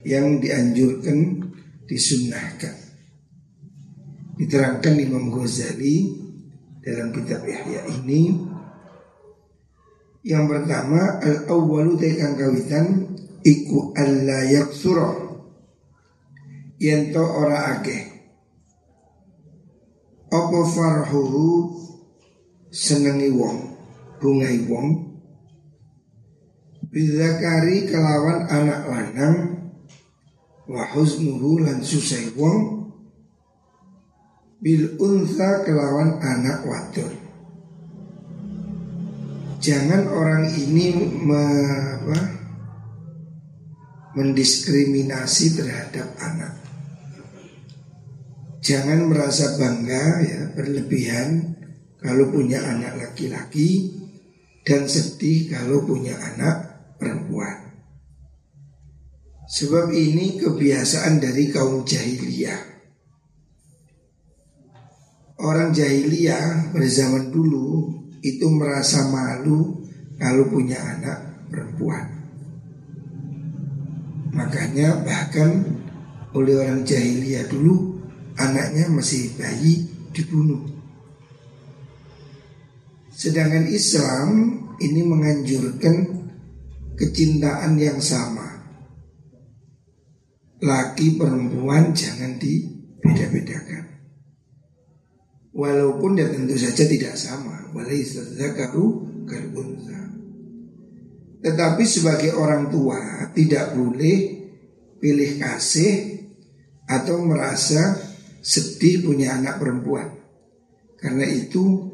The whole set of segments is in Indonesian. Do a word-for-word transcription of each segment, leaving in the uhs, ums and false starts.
yang dianjurkan, disunnahkan. Diterangkan Imam Ghazali dalam kitab Ihya ini. Yang pertama, al-awwalu tekang kawitan iku alla yaksura, yento ora akeh apa farhuhu senengi wong, bungai wong, bizakari kelawan anak lanang, wa huznuhu lan susai wong, bil unsa kelawan anak wadon. Jangan orang ini me, apa, mendiskriminasi terhadap anak. Jangan merasa bangga ya berlebihan kalau punya anak laki-laki dan sedih kalau punya anak perempuan. Sebab ini kebiasaan dari kaum jahiliyah. Orang jahiliyah berzaman dulu itu merasa malu kalau punya anak perempuan. Makanya bahkan oleh orang jahiliyah dulu anaknya masih bayi dibunuh. Sedangkan Islam ini menganjurkan kecintaan yang sama. Laki perempuan jangan dibeda-bedakan. Walaupun ya tentu saja tidak sama. Walaizadzakaru kalunsa. Tetapi sebagai orang tua tidak boleh pilih kasih atau merasa sedih punya anak perempuan. Karena itu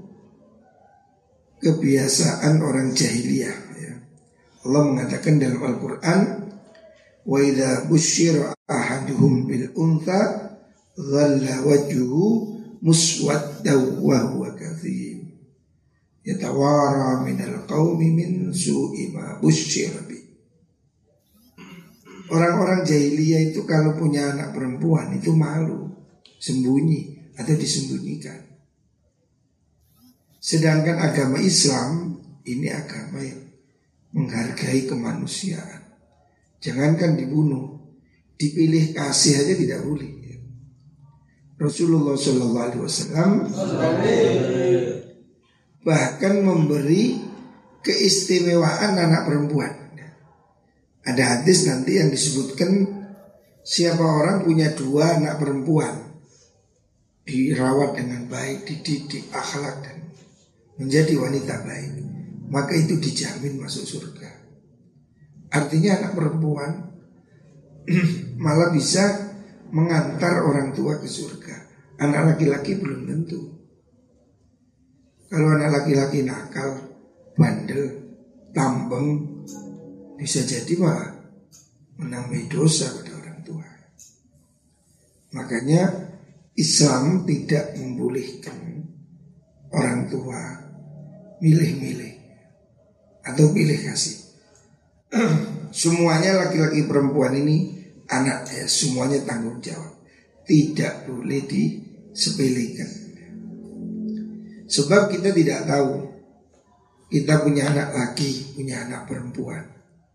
kebiasaan orang jahiliyah ya. Allah mengatakan dalam Al-Quran, wa idza busyira ahaduhum bil untha dhalla wajhuhu muswaddaw wa huwa kadhib yatawara minal qaumi min su'i ma busyira bi. Orang-orang jahiliyah itu kalau punya anak perempuan itu malu, sembunyi atau disembunyikan. Sedangkan agama Islam ini agama yang menghargai kemanusiaan. Jangankan dibunuh, dipilih kasih aja tidak boleh. Rasulullah Shallallahu Alaihi Wasallam bahkan memberi keistimewaan anak perempuan. Ada hadis nanti yang disebutkan siapa orang punya dua anak perempuan, dirawat dengan baik, dididik akhlak dan menjadi wanita baik, maka itu dijamin masuk surga. Artinya anak perempuan malah bisa mengantar orang tua ke surga. Anak laki-laki belum tentu. Kalau anak laki-laki nakal, bandel, tambeng, bisa jadi malah menambah dosa pada orang tua. Makanya Islam tidak membolehkan orang tua milih-milih atau pilih kasih. Semuanya laki-laki perempuan ini anak ya, semuanya tanggung jawab. Tidak boleh disepelekan. Sebab kita tidak tahu kita punya anak laki, punya anak perempuan.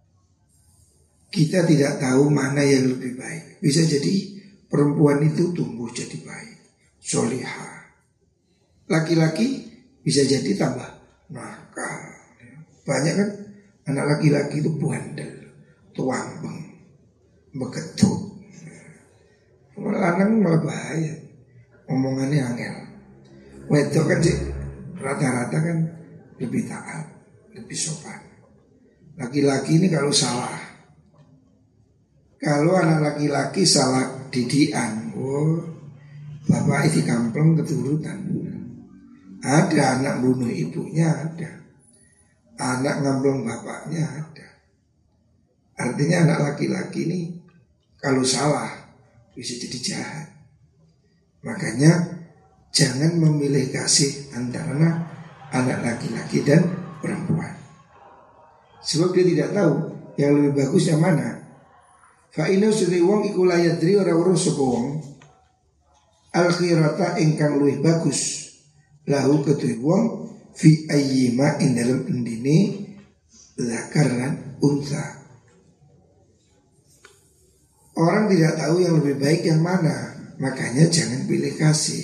Kita tidak tahu mana yang lebih baik. Bisa jadi perempuan itu tumbuh jadi baik, solihah. Laki-laki bisa jadi tambah nakal. Banyak kan anak laki-laki itu bandel, tuambeng, beketut. Lanang malah bahaya, omongannya angel. Wedok kan sih rata-rata kan lebih taat, lebih sopan. Laki-laki ini kalau salah, kalau anak laki-laki salah didikan, oh bapak itu kampleng keturunan. Ada anak bunuh ibunya, ada anak ngampleng bapaknya, ada. Artinya anak laki-laki ini kalau salah bisa jadi jahat. Makanya jangan memilih kasih antara anak laki-laki dan perempuan. Sebab dia tidak tahu yang lebih bagus yang mana. Fa inna sudri wong iku layadri ora ora sapa wong al-khirata ingkang luwih bagus lahu kedue wong fi ayyima ing dalem endine zakar lan unsa. Orang tidak tahu yang lebih baik yang mana, makanya jangan pilih kasih.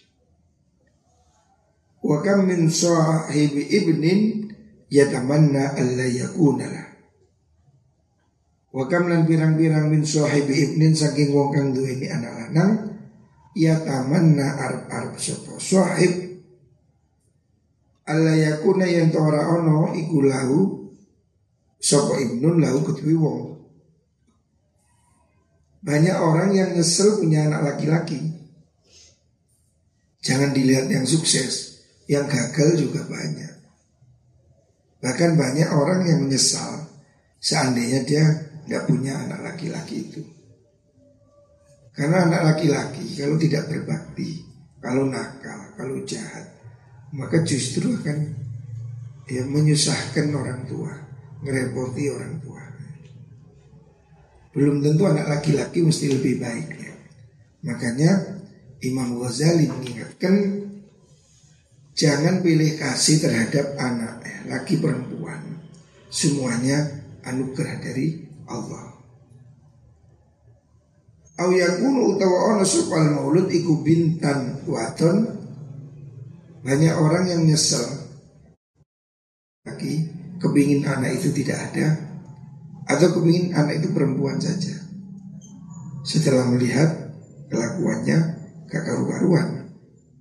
Wa kam min sahibi ibnin yatamanna alla yakuna lah. Wa kam lan pirang-pirang min sahibi ibnin saking wong kang duweni anak lanang yatamanna arep-arep sapa sahib alla yakuna yen ora ono iku lahu sapa ibnun lahu kedue wong. Banyak orang yang nyesel punya anak laki-laki. Jangan dilihat yang sukses, yang gagal juga banyak. Bahkan banyak orang yang menyesal seandainya dia nggak punya anak laki-laki itu. Karena anak laki-laki kalau tidak berbakti, kalau nakal, kalau jahat, maka justru akan ya, menyusahkan orang tua, ngerepoti orang tua. Belum tentu anak laki-laki mesti lebih baik ya. Makanya Imam Ghazali mengingatkan jangan pilih kasih terhadap anak ya, laki perempuan. Semuanya anugerah dari Allah. Au yakunu utawa ana supal maulud iku bintan waton. Banyak orang yang nyesel laki kepingin anak itu tidak ada, atau kepingin anak itu perempuan saja. Setelah melihat kelakuannya gak karu-karuan.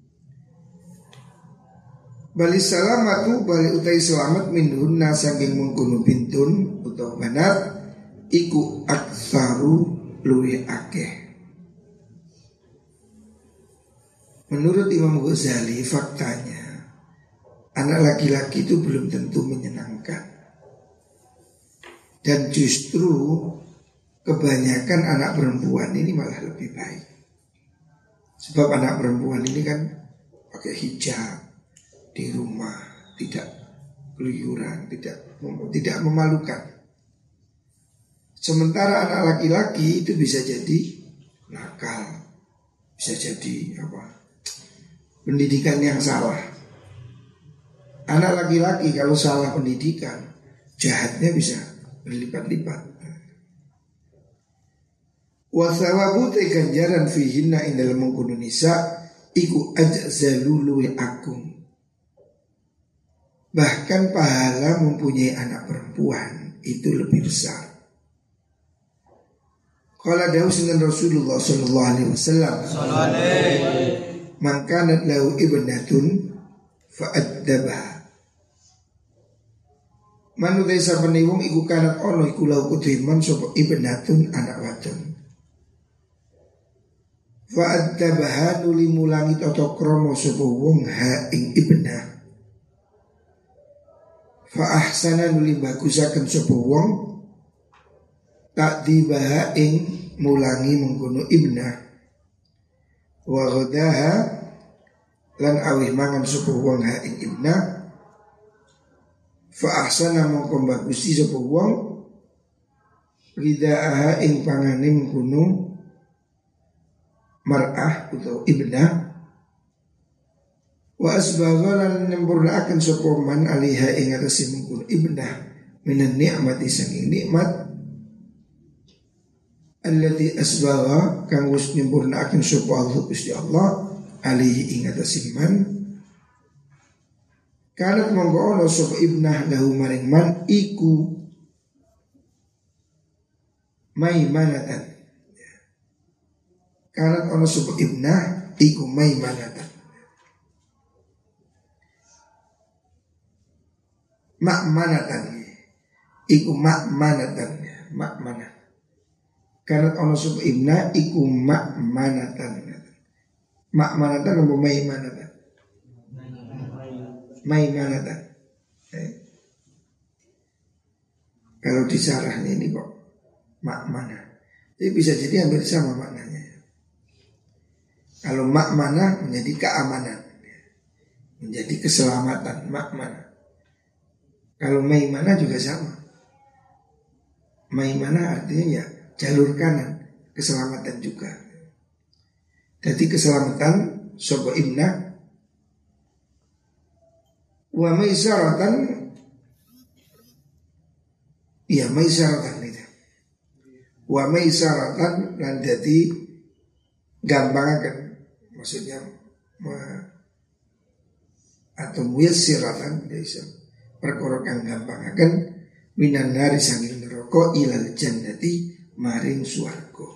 Bali salamatu bali utai selamat minhunna saking mengkono bintun utawa banat iku aktsaru luwih akeh. Menurut Imam Ghazali faktanya anak laki-laki itu belum tentu menyenangkan. Dan justru kebanyakan anak perempuan ini malah lebih baik. Sebab anak perempuan ini kan pakai hijab di rumah, tidak keluyuran, tidak tidak memalukan. Sementara anak laki-laki itu bisa jadi nakal, bisa jadi apa? Pendidikan yang salah. Anak laki-laki kalau salah pendidikan, jahatnya bisa berlipat-lipat. Wa thawabu te ganjaran fihinna indal mengkono nisa iku ajzalulu agung. Bahkan pahala mempunyai anak perempuan itu lebih besar. Qala dawu sinten Rasulullah sallallahu alaihi wasallam, man kanat lahu ibnatun fa'addabaha. Manu desa peniwung iku kanat ono iku lahu kudiman sapa ibnatun anak wadon. Fa'addabaha nuli mulangi tata krama sapa wong ha ing ibnah. Fa ahsana nuli bagusaken sapa wong takdibaha ing mulangi mengkono ibnah. Wa ghadaha lan awih mangan sapa wong ha ing ibnah. Fa ahsana mongko bagusi sapa wong ridaaha ing pangane mengkono mar'ah atau ibnah. Wa asbagha lan nyempurnaaken sapa man aliha ing atase mengkono ibnah minan nikmati saking nikmat allati asbagha kang wis nyempurnaaken sapa Allah Gusti Allah alihi ing atase man kanat mongko ana sapa ibnah lahu maring man iku maimanatan. Kanat ana sapa ibnah iku maimanatan. Makmanatan iku makmanatan makmanah. Kanat ana sapa ibnah iku makmanatan. Makmanatan apa maimanatan? Maimanatan. Eh. Kalau di sarahnya ini kok makmanah. Jadi bisa jadi hampir sama maknanya. Kalau makmanah menjadi keamanan, menjadi keselamatan, makmanah. Kalau maimanah juga sama. Maimanah artinya ya jalur kanan, keselamatan juga. Jadi keselamatan sobo ibnah. Wa maisaratan, ya maisaratan itu. Wa maisaratan lan dadi gampangaken, maksudnya ma, atau muyassiratan bisa perkara kang gampangaken minan nari sanging neraka ilal jannati maring swarga.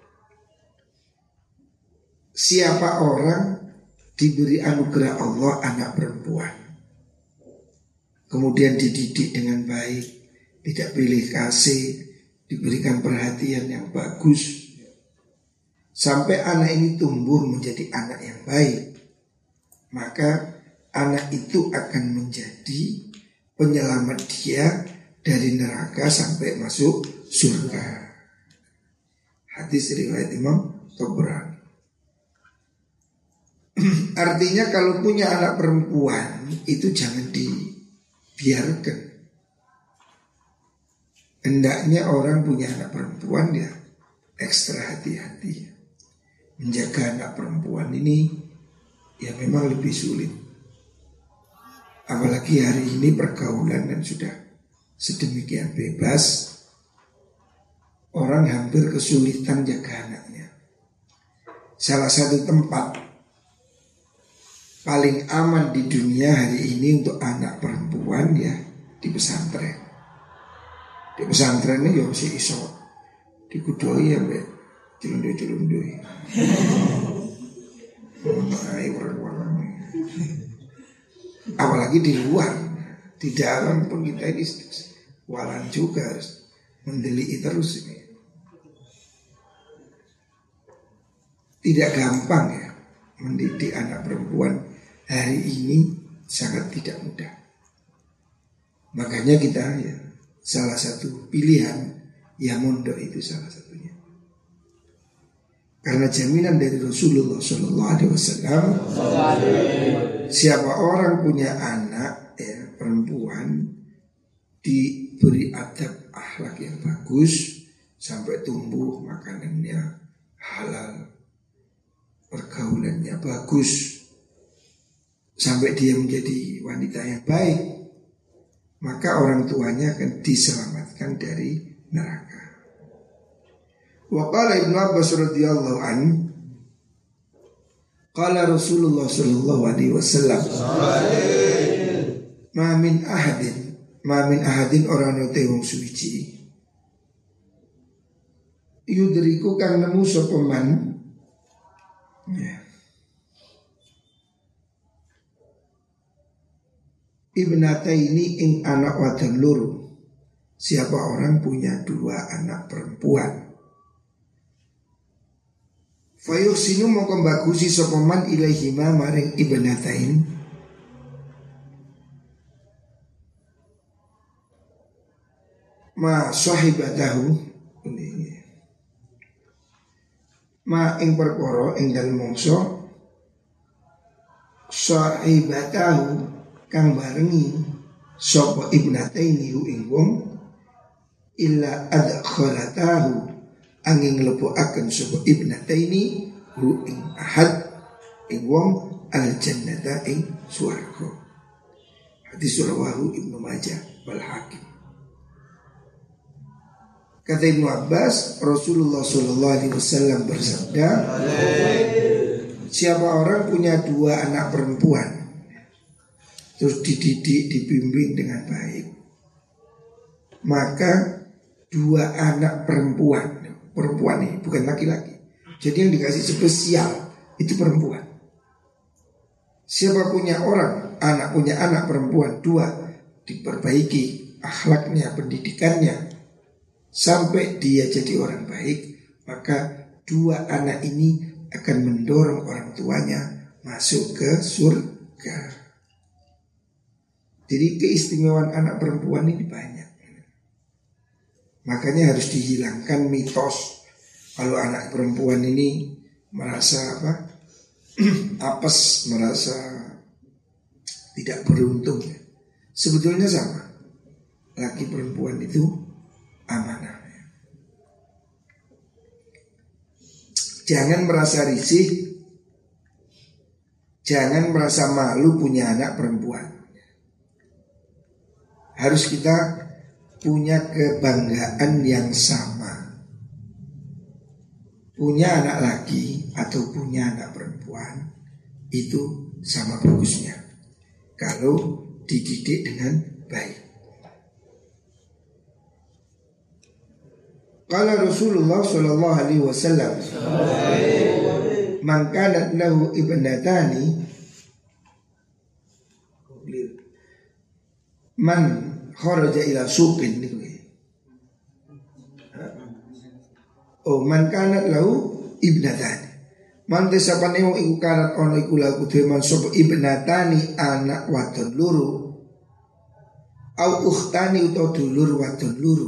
Siapa orang diberi anugerah Allah anak perempuan, kemudian dididik dengan baik, tidak pilih kasih, diberikan perhatian yang bagus, sampai anak ini tumbuh menjadi anak yang baik, maka anak itu akan menjadi penyelamat dia dari neraka sampai masuk surga. Hadis riwayat Imam Tabrani. Artinya kalau punya anak perempuan itu jangan dibiarkan. Hendaknya orang punya anak perempuan ya ekstra hati-hati. Menjaga anak perempuan ini ya memang lebih sulit. Apalagi hari ini pergaulan dan sudah sedemikian bebas, orang hampir kesulitan jaga anaknya. Salah satu tempat paling aman di dunia hari ini untuk anak perempuan ya di pesantren. Di pesantren ini ya masih iso dikudoi ya mbak, jelundui-jelundui. Apalagi di luar, di dalam pun kita ini walan juga harus mendeliti terus ini. Tidak gampang ya mendidik anak perempuan hari ini, sangat tidak mudah. Makanya kita ya salah satu pilihan ya mondok itu salah satunya. Karena jaminan dari Rasulullah Shallallahu Alaihi Wasallam, siapa orang punya anak ya, perempuan diberi adab akhlak yang bagus sampai tumbuh makanannya halal, pergaulannya bagus, sampai dia menjadi wanita yang baik, maka orang tuanya akan diselamatkan dari neraka. Wa qala Ibnu Abbas radhiyallahu an, qala Rasulullah sallallahu alaihi wasallam, ma min ahadin, ma min ahadin orang note wong suci, yudriku kang nemu sapa man ya, ibnataini ing anak wadon loro. Siapa orang punya dua anak perempuan, fayuhsinu mongko bagusi sapa man ilaihima maring ibnatain, ma sahibatahu ini, ma ing perkara ing dalem mongso sahibatahu kang barengi sapa ibnataini ing wong illa adkhalatahu angin nglepokaken sapa ibnataini hu ing ahad ing wong al jannata ing swarga. Hadis rawahu Ibnu Majah wal Hakim. Kata Ibnu Abbas, Rasulullah sallallahu alaihi wasallam bersabda, siapa orang punya dua anak perempuan terus dididik, dibimbing dengan baik, maka dua anak perempuan, perempuan ini bukan laki-laki, jadi yang dikasih spesial itu perempuan. Siapa punya orang, anak punya anak perempuan dua, diperbaiki akhlaknya, pendidikannya, sampai dia jadi orang baik, maka dua anak ini akan mendorong orang tuanya masuk ke surga. Jadi keistimewaan anak perempuan ini banyak. Makanya harus dihilangkan mitos kalau anak perempuan ini merasa apa? apes, merasa tidak beruntung. Sebetulnya sama. Laki perempuan itu amanah. Jangan merasa risih, jangan merasa malu punya anak perempuan. Harus kita punya kebanggaan yang sama. punya anak laki atau punya anak perempuan itu sama bagusnya kalau dididik dengan baik. Qala Rasulullah sallallahu alaihi wasallam, man kanat lahu ibnatani, man kharaja ila suqin niku. Oh, man kanat lahu ibnatani, man desapane wong iku kanat ana iku lahu dhewe man sapa ibnatani anak wadon loro, au ukhtani utawa dulur wadon loro,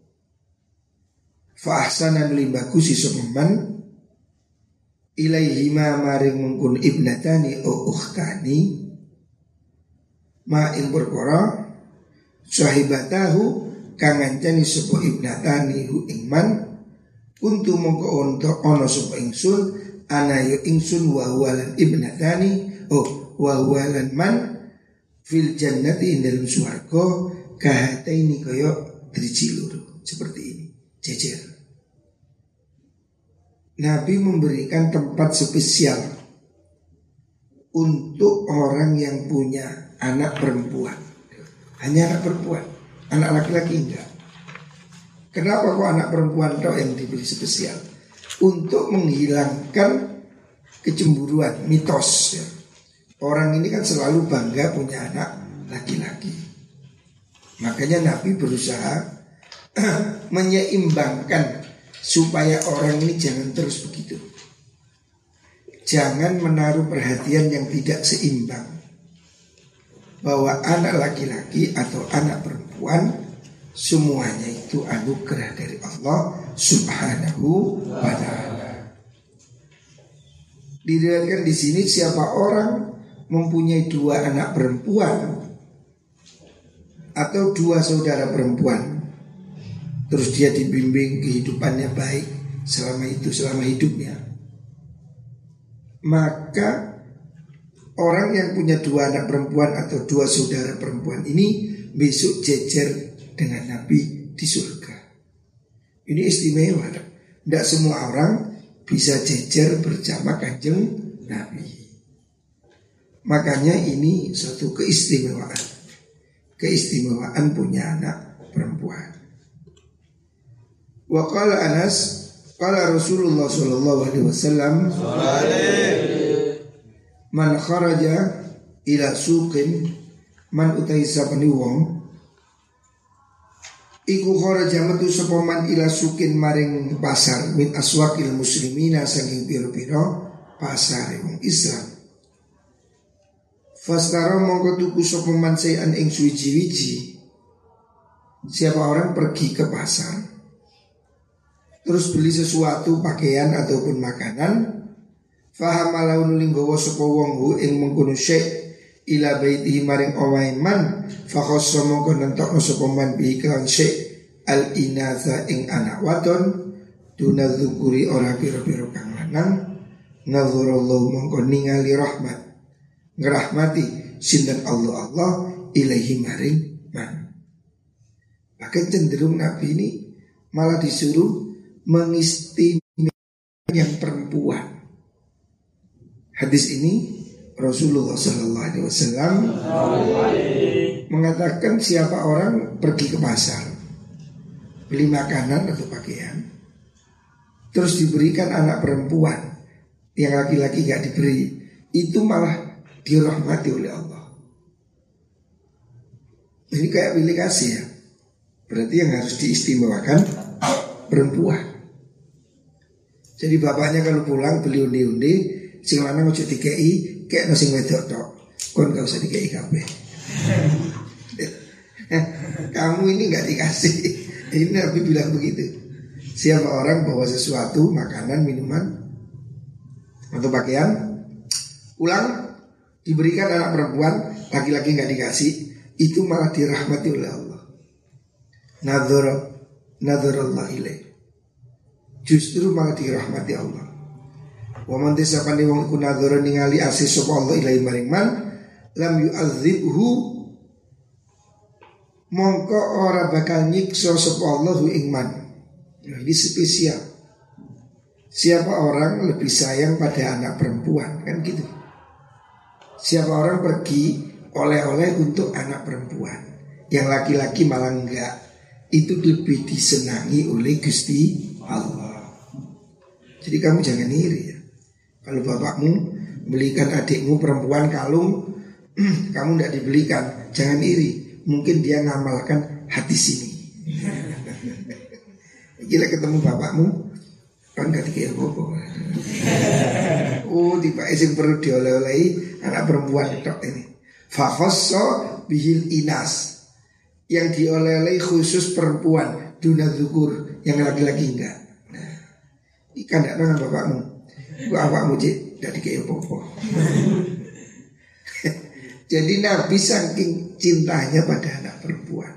fa ahsana nuli bagusi sapa man ilaihima maring mungkun ibnatani o ukhtani ma ing perkara sahibatahu kang ngancani sapa ibnatani hu ing man kuntu mongko onto ana sapa ingsun ana ya ingsun wa huwalan ibnatani oh wa huwalan man fil jannati ing dalem swarga kahataini kaya driji loro seperti ini jejer. Nabi memberikan tempat spesial untuk orang yang punya anak perempuan. Hanya anak perempuan, anak laki-laki enggak. Kenapa kok anak perempuan tok yang diberi spesial? Untuk menghilangkan kecemburuan, mitos ya. Orang ini kan selalu bangga punya anak laki-laki. Makanya Nabi berusaha menyeimbangkan supaya orang ini jangan terus begitu. Jangan menaruh perhatian yang tidak seimbang, bahwa anak laki-laki atau anak perempuan semuanya itu anugerah dari Allah Subhanahu wa ta'ala. Diriwayatkan di sini siapa orang mempunyai dua anak perempuan atau dua saudara perempuan, terus dia dibimbing kehidupannya baik selama itu, selama hidupnya, maka orang yang punya dua anak perempuan atau dua saudara perempuan ini besok jejer dengan Nabi di surga. Ini istimewa. Tidak semua orang bisa jejer bersama kanjeng Nabi. Makanya ini suatu keistimewaan. Keistimewaan punya anak perempuan. Wa qala Anas, qala Rasulullah sallallahu alaihi wasallam, man kharaja ila suqin, man utai sapani wong iku kharaja metu sapa man ila suqin maring pasar min aswaqil muslimina saking pira-pira pasar wong Islam. Fastara mongko tuku sapa man sayan ing suwiji-wiji. Siapa orang pergi ke pasar terus beli sesuatu, pakaian ataupun makanan, fahamalau nulinggawa sapa wong hu ing mengkono syekh ila baitihi maring omahe man, fakhassa mongko nentokno sapa man bi kan syekh al inatha ing anak wadon duna dzukuri ora pira-pira kang lanang, nazarallahu mongko ningali rahmat ngrahmati sinten Allah Allah ilaihi maring man. Bahkan cenderung Nabi ini malah disuruh mengistimewakan yang perempuan. Hadis ini Rasulullah Sallallahu Alaihi Wasallam mengatakan siapa orang pergi ke pasar beli makanan atau pakaian, terus diberikan anak perempuan, yang laki-laki gak diberi, itu malah dirahmati oleh Allah. Ini kayak pilih kasih ya. Berarti yang harus diistimewakan perempuan. Jadi bapaknya kalau pulang beli undi-undi, sing lanang ojo dikei, kayak nasi wedok tok. Kon gak usah dikei kabeh. Kamu ini gak dikasih. Ini Nabi bilang begitu. Siapa orang bawa sesuatu, makanan, minuman atau pakaian, pulang diberikan anak perempuan, laki-laki gak dikasih, itu malah dirahmati oleh Allah. Nadhar nadharallah ilaih, justru malah dirahmati Allah. Wa man tisapani wong iku nadhara ningali asih sapa Allah ilahi maring man, lam yu'adzibhu mongko ora bakal nyiksa sapa Allah ing man. Nah, ini spesial. siapa orang lebih sayang pada anak perempuan, kan gitu. Siapa orang pergi oleh-oleh untuk anak perempuan, yang laki-laki malah enggak, itu lebih disenangi oleh Gusti Allah. Jadi kamu jangan iri ya. Kalau bapakmu belikan adikmu perempuan kalung, kamu tidak dibelikan, jangan iri. Mungkin dia ngamalkan hadis ini. Gila ketemu bapakmu, kan gak dikira apa-apa. Oh, tiba esing perlu dioleh-olehi anak perempuan tok ini. Fakhosso bihil inas, yang dioleh-olehi khusus perempuan, duna dzukur, yang laki-laki enggak. Nah, ikan tidak dengan bapakmu, bapakmu cik tidak dikira apa-apa. Jadi Nabi saking cintanya pada anak perempuan,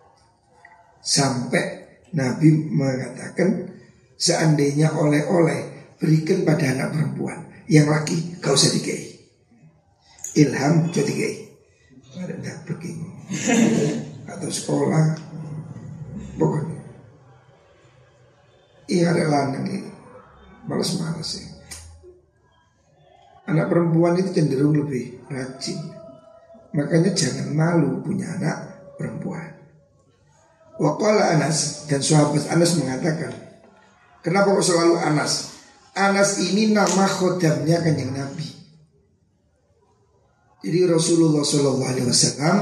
sampai Nabi mengatakan, seandainya oleh-oleh berikan pada anak perempuan, yang laki gak usah dikei. Ilham jadi dikei. Ada tak pergi atau sekolah, pokoknya. Iya ada lanang ini, malas-malas ya. Anak perempuan itu cenderung lebih rajin, makanya jangan malu punya anak perempuan. Waqala Anas, dan sahabat Anas mengatakan, kenapa kok selalu Anas? Anas ini nama khodamnya Kanjeng Nabi. Jadi Rasulullah shallallahu alaihi wasallam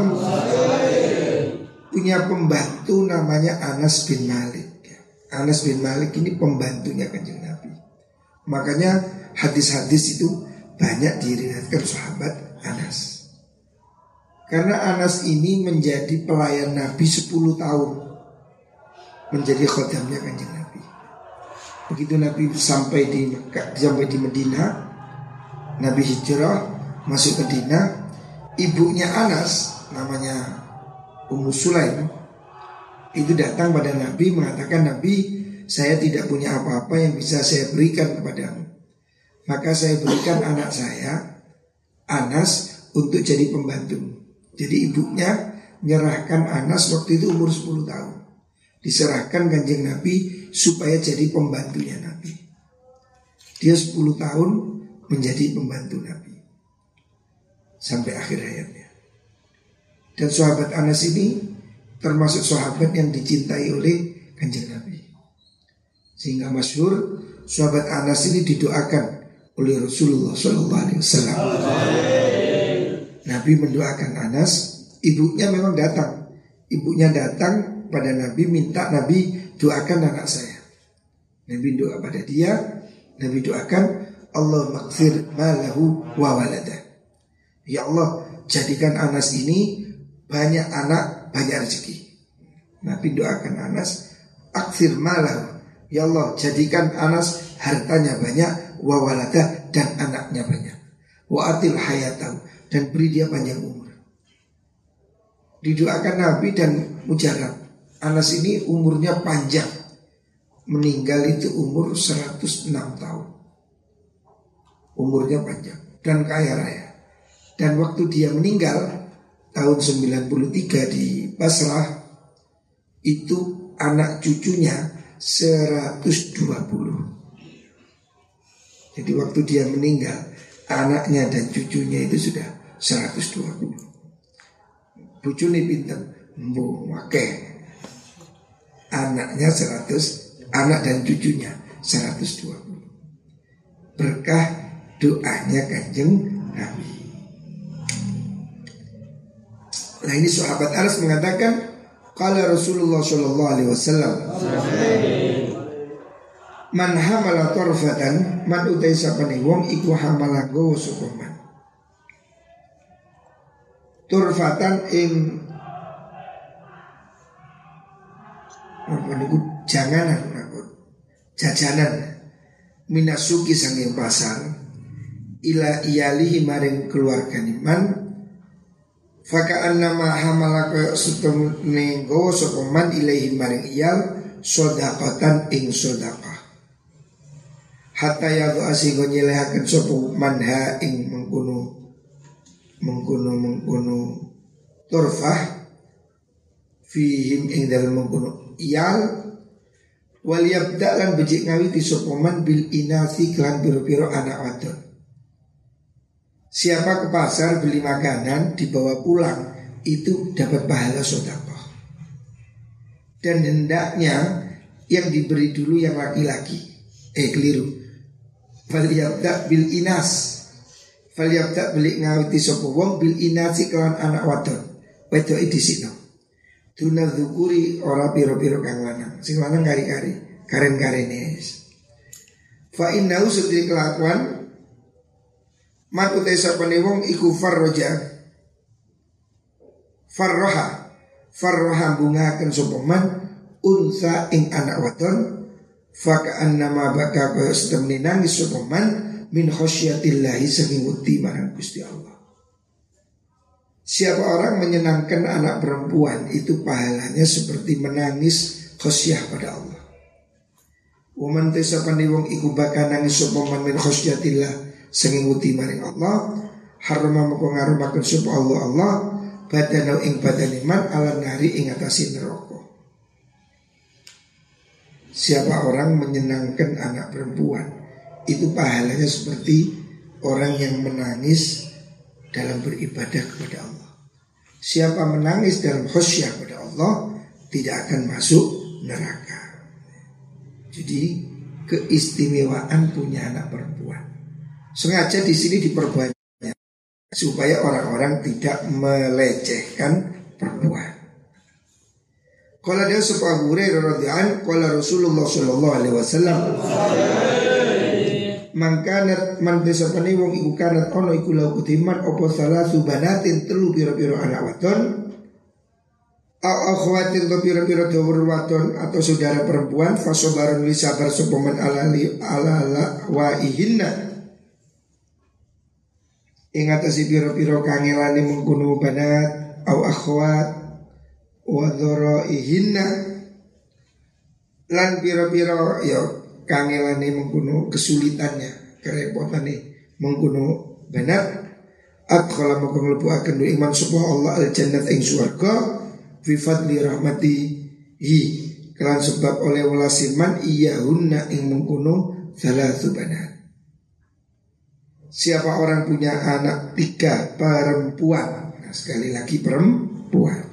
punya pembantu namanya Anas bin Malik. Anas bin Malik ini pembantunya Kanjeng Nabi. Makanya hadis-hadis itu banyak diriwayatkan sahabat Anas. Karena Anas ini menjadi pelayan Nabi sepuluh tahun, menjadi khodamnya Kanjeng Nabi. Begitu Nabi sampai di Mekah, sampai di Medina, Nabi hijrah masuk ke Medina, ibunya Anas namanya Ummu Sulaim itu datang pada Nabi mengatakan, Nabi, saya tidak punya apa-apa yang bisa saya berikan kepadamu, maka saya berikan anak saya Anas untuk jadi pembantu. Jadi ibunya menyerahkan Anas waktu itu umur sepuluh tahun, diserahkan Kanjeng Nabi supaya jadi pembantunya Nabi. Dia sepuluh tahun menjadi pembantu Nabi sampai akhir hayatnya. Dan sahabat Anas ini termasuk sahabat yang dicintai oleh Kanjeng Nabi, sehingga masyhur sahabat Anas ini didoakan oleh Rasulullah shallallahu alaihi wasallam. Nabi mendoakan Anas, ibunya memang datang. Ibunya datang pada Nabi minta Nabi doakan anak saya. Nabi doa pada dia, Nabi doakan, Allah maghfir malahu wa waladah. Ya Allah, jadikan Anas ini banyak anak, banyak rezeki. Nabi doakan Anas, aghfir malahu. Ya Allah, jadikan Anas hartanya banyak, wa waladah, dan anaknya banyak. Wa atil hayatahu, dan beri dia panjang umur. Didoakan Nabi dan mujarab. Anas ini umurnya panjang, meninggal itu umur seratus enam tahun. Umurnya panjang dan kaya raya. Dan waktu dia meninggal tahun sembilan puluh tiga di Basrah, itu anak cucunya seratus dua puluh. Jadi waktu dia meninggal, anaknya dan cucunya itu sudah seratus dua puluh. Bojone pinten? Mbuh akeh. Anaknya seratus, anak dan cucunya seratus dua puluh. Berkah doanya Kanjeng Nabi. Nah ini sahabat Anas mengatakan, qala Rasulullah sallallahu alaihi wasallam, man hamala tarfatan, man utai sapane wong iku hamala gowo sapa man. Turfatan ing apa niku janganan aku jajanan minasuki sanging pasar ila iyalihi maring keluargane man faka annama hamala kaya sutemene gowo sapa man ilaihi maring iyal sedaqatan ing sedekah hatta yadu asinggo nyelehaken sapa manha ing mengkono mengkono mengkono turfah fihim ing dalem mengkono iyal Wal yabda lan becik ngawiti sopoman bil inasi kelan piro-piro anak wadon. Siapa ke pasar beli makanan dibawa pulang itu dapat pahala sedekah. Dan hendaknya yang diberi dulu yang laki-laki. Eh keliru. Fal yabda bil inas. Fal yabda beli ngawiti sopo wong bil inasi kelan anak wadon. Wedok di sini. Tuna dzukuri ora piro-piro kang lanang. Sing lanang kari-kari, karen-karene. Fa innahu sedhi kelakuan man utai sapane wong iku farroja. Farroha. Farroha bungaken sapa man unsa ing anak wadon fa ka'annama baka kaya setemene nangis sapa man min khosyatillah saking wedi marang Gusti Allah. Siapa orang menyenangkan anak perempuan itu pahalanya seperti menangis khosyah pada Allah. Waman tesapani wong iku bakal nangis sapa man min khosyatillah saking wedi maring Allah, harama moko ngarumaken sapa Allah Allah badana ing badane man ala nari ing atase neraka. Siapa orang menyenangkan anak perempuan itu pahalanya seperti orang yang menangis dalam beribadah kepada Allah. Siapa menangis dalam khusyuk kepada Allah tidak akan masuk neraka. Jadi keistimewaan punya anak perempuan. Sengaja di sini diperbanyak supaya orang-orang tidak melecehkan perempuan. Kalau dia sebuah Hurairah radhiyallahu anhu, kalau Rasulullah sallallahu alaihi wasallam mangkanat man desapane wong iku kanat ono iku lau kutiman opo salah subanatin telu piro-piro anak wadon au akhwatin to piro-piro dawur wadon atau saudara perempuan fasobarun li sabar sopaman ala li ala la wa ihinna ing atase piro-piro kangelane mengkono banat au akhwat wa dhara ihinna lan piro-piro ya kangelane mengkuno kesulitannya, kerepotane mengkuno banat. Adkhala moko mlebu akan do iman sapa Allah al jannat ing swarga fi fadli rahmatihi kelan sebab oleh welas iman iyahunna ing mengkuno salatu banat. Siapa orang punya anak tiga perempuan, nah sekali lagi perempuan,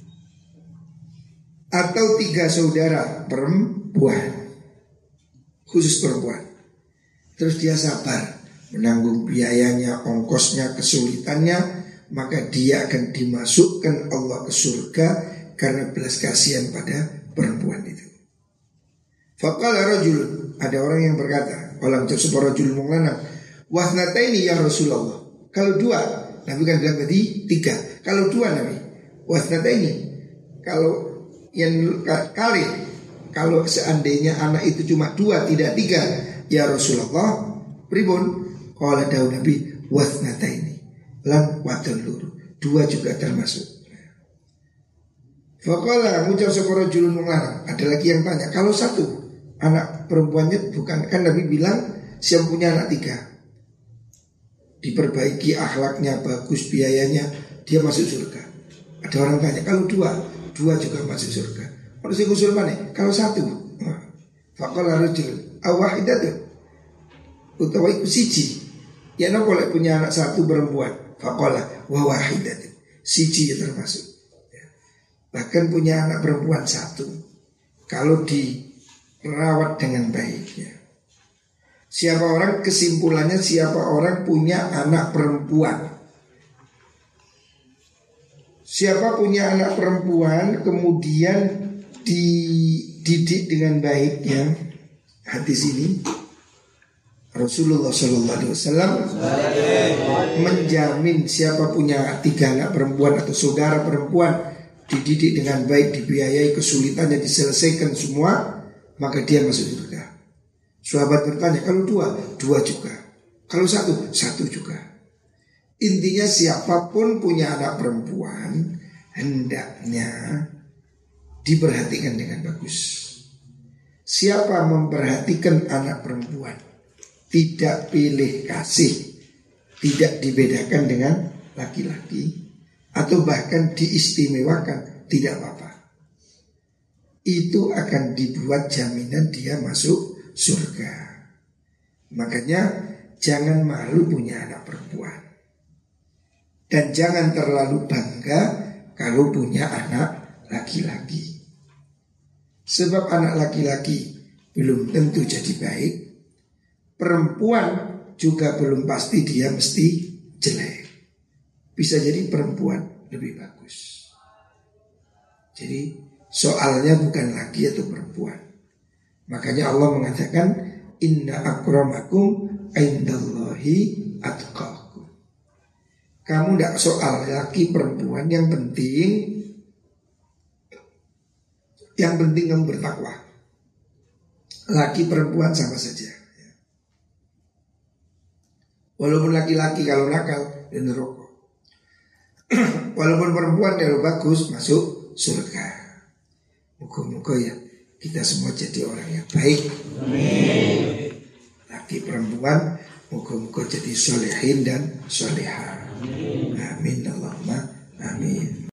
atau tiga saudara perempuan, khusus perempuan, terus dia sabar menanggung biayanya, ongkosnya, kesulitannya, maka dia akan dimasukkan Allah ke surga karena belas kasihan pada perempuan itu. Faqala rajulun, ada orang yang berkata, orang ucap sebuah rajul mengenang, wasnataini ya Rasulullah. Kalau dua, Nabi kan bilang tadi tiga. Kalau dua Nabi, wasnataini. Kalau yang kali, kalau seandainya anak itu cuma dua tidak tiga, ya Rasulullah, pribun? Qala dawu Nabi wasnataini lan wadon luru, dua juga termasuk. Faqala ngucap sapa rajulun mengarang, ada lagi yang tanya, kalau satu anak perempuannya bukan, kan Nabi bilang siapa punya anak tiga diperbaiki akhlaknya bagus, biayanya, dia masuk surga. Ada orang tanya, kalau dua, dua juga masuk surga. Harus usul mana? Kalau satu, faqala rajul awahidatu utawa iku siji. Ya no boleh punya anak satu perempuan. Faqala wa wahidatu, siji ya termasuk. Ya. Bahkan punya anak perempuan satu, kalau dirawat dengan baik ya. Siapa orang, kesimpulannya siapa orang punya anak perempuan, siapa punya anak perempuan kemudian dididik dengan baik ya, hadis ini Rasulullah Sallallahu Alaihi Wasallam menjamin siapa punya tiga anak perempuan atau saudara perempuan dididik dengan baik, dibiayai, kesulitannya diselesaikan semua, maka dia masuk surga. Sahabat bertanya, kalau dua, dua juga. Kalau satu, satu juga. Intinya siapapun punya anak perempuan hendaknya diperhatikan dengan bagus. Siapa memperhatikan anak perempuan, tidak pilih kasih, tidak dibedakan dengan laki-laki, atau bahkan diistimewakan, tidak apa-apa. itu akan dibuat jaminan dia masuk surga. Makanya jangan malu punya anak perempuan. Dan jangan terlalu bangga kalau punya anak laki-laki. Sebab anak laki-laki belum tentu jadi baik. Perempuan juga belum pasti dia mesti jelek. Bisa jadi perempuan lebih bagus. Jadi soalnya bukan laki atau perempuan. Makanya Allah mengatakan inna akramakum indallahi atqakum. Kamu tidak soal laki perempuan, yang penting Yang penting kamu bertakwa. Laki perempuan sama saja. Walaupun laki-laki kalau nakal dan neraka. Walaupun perempuan kalau bagus masuk surga. Moga-moga ya kita semua jadi orang yang baik. Amin. Laki perempuan moga-moga jadi solehin dan solehah. Amin Allahumma amin.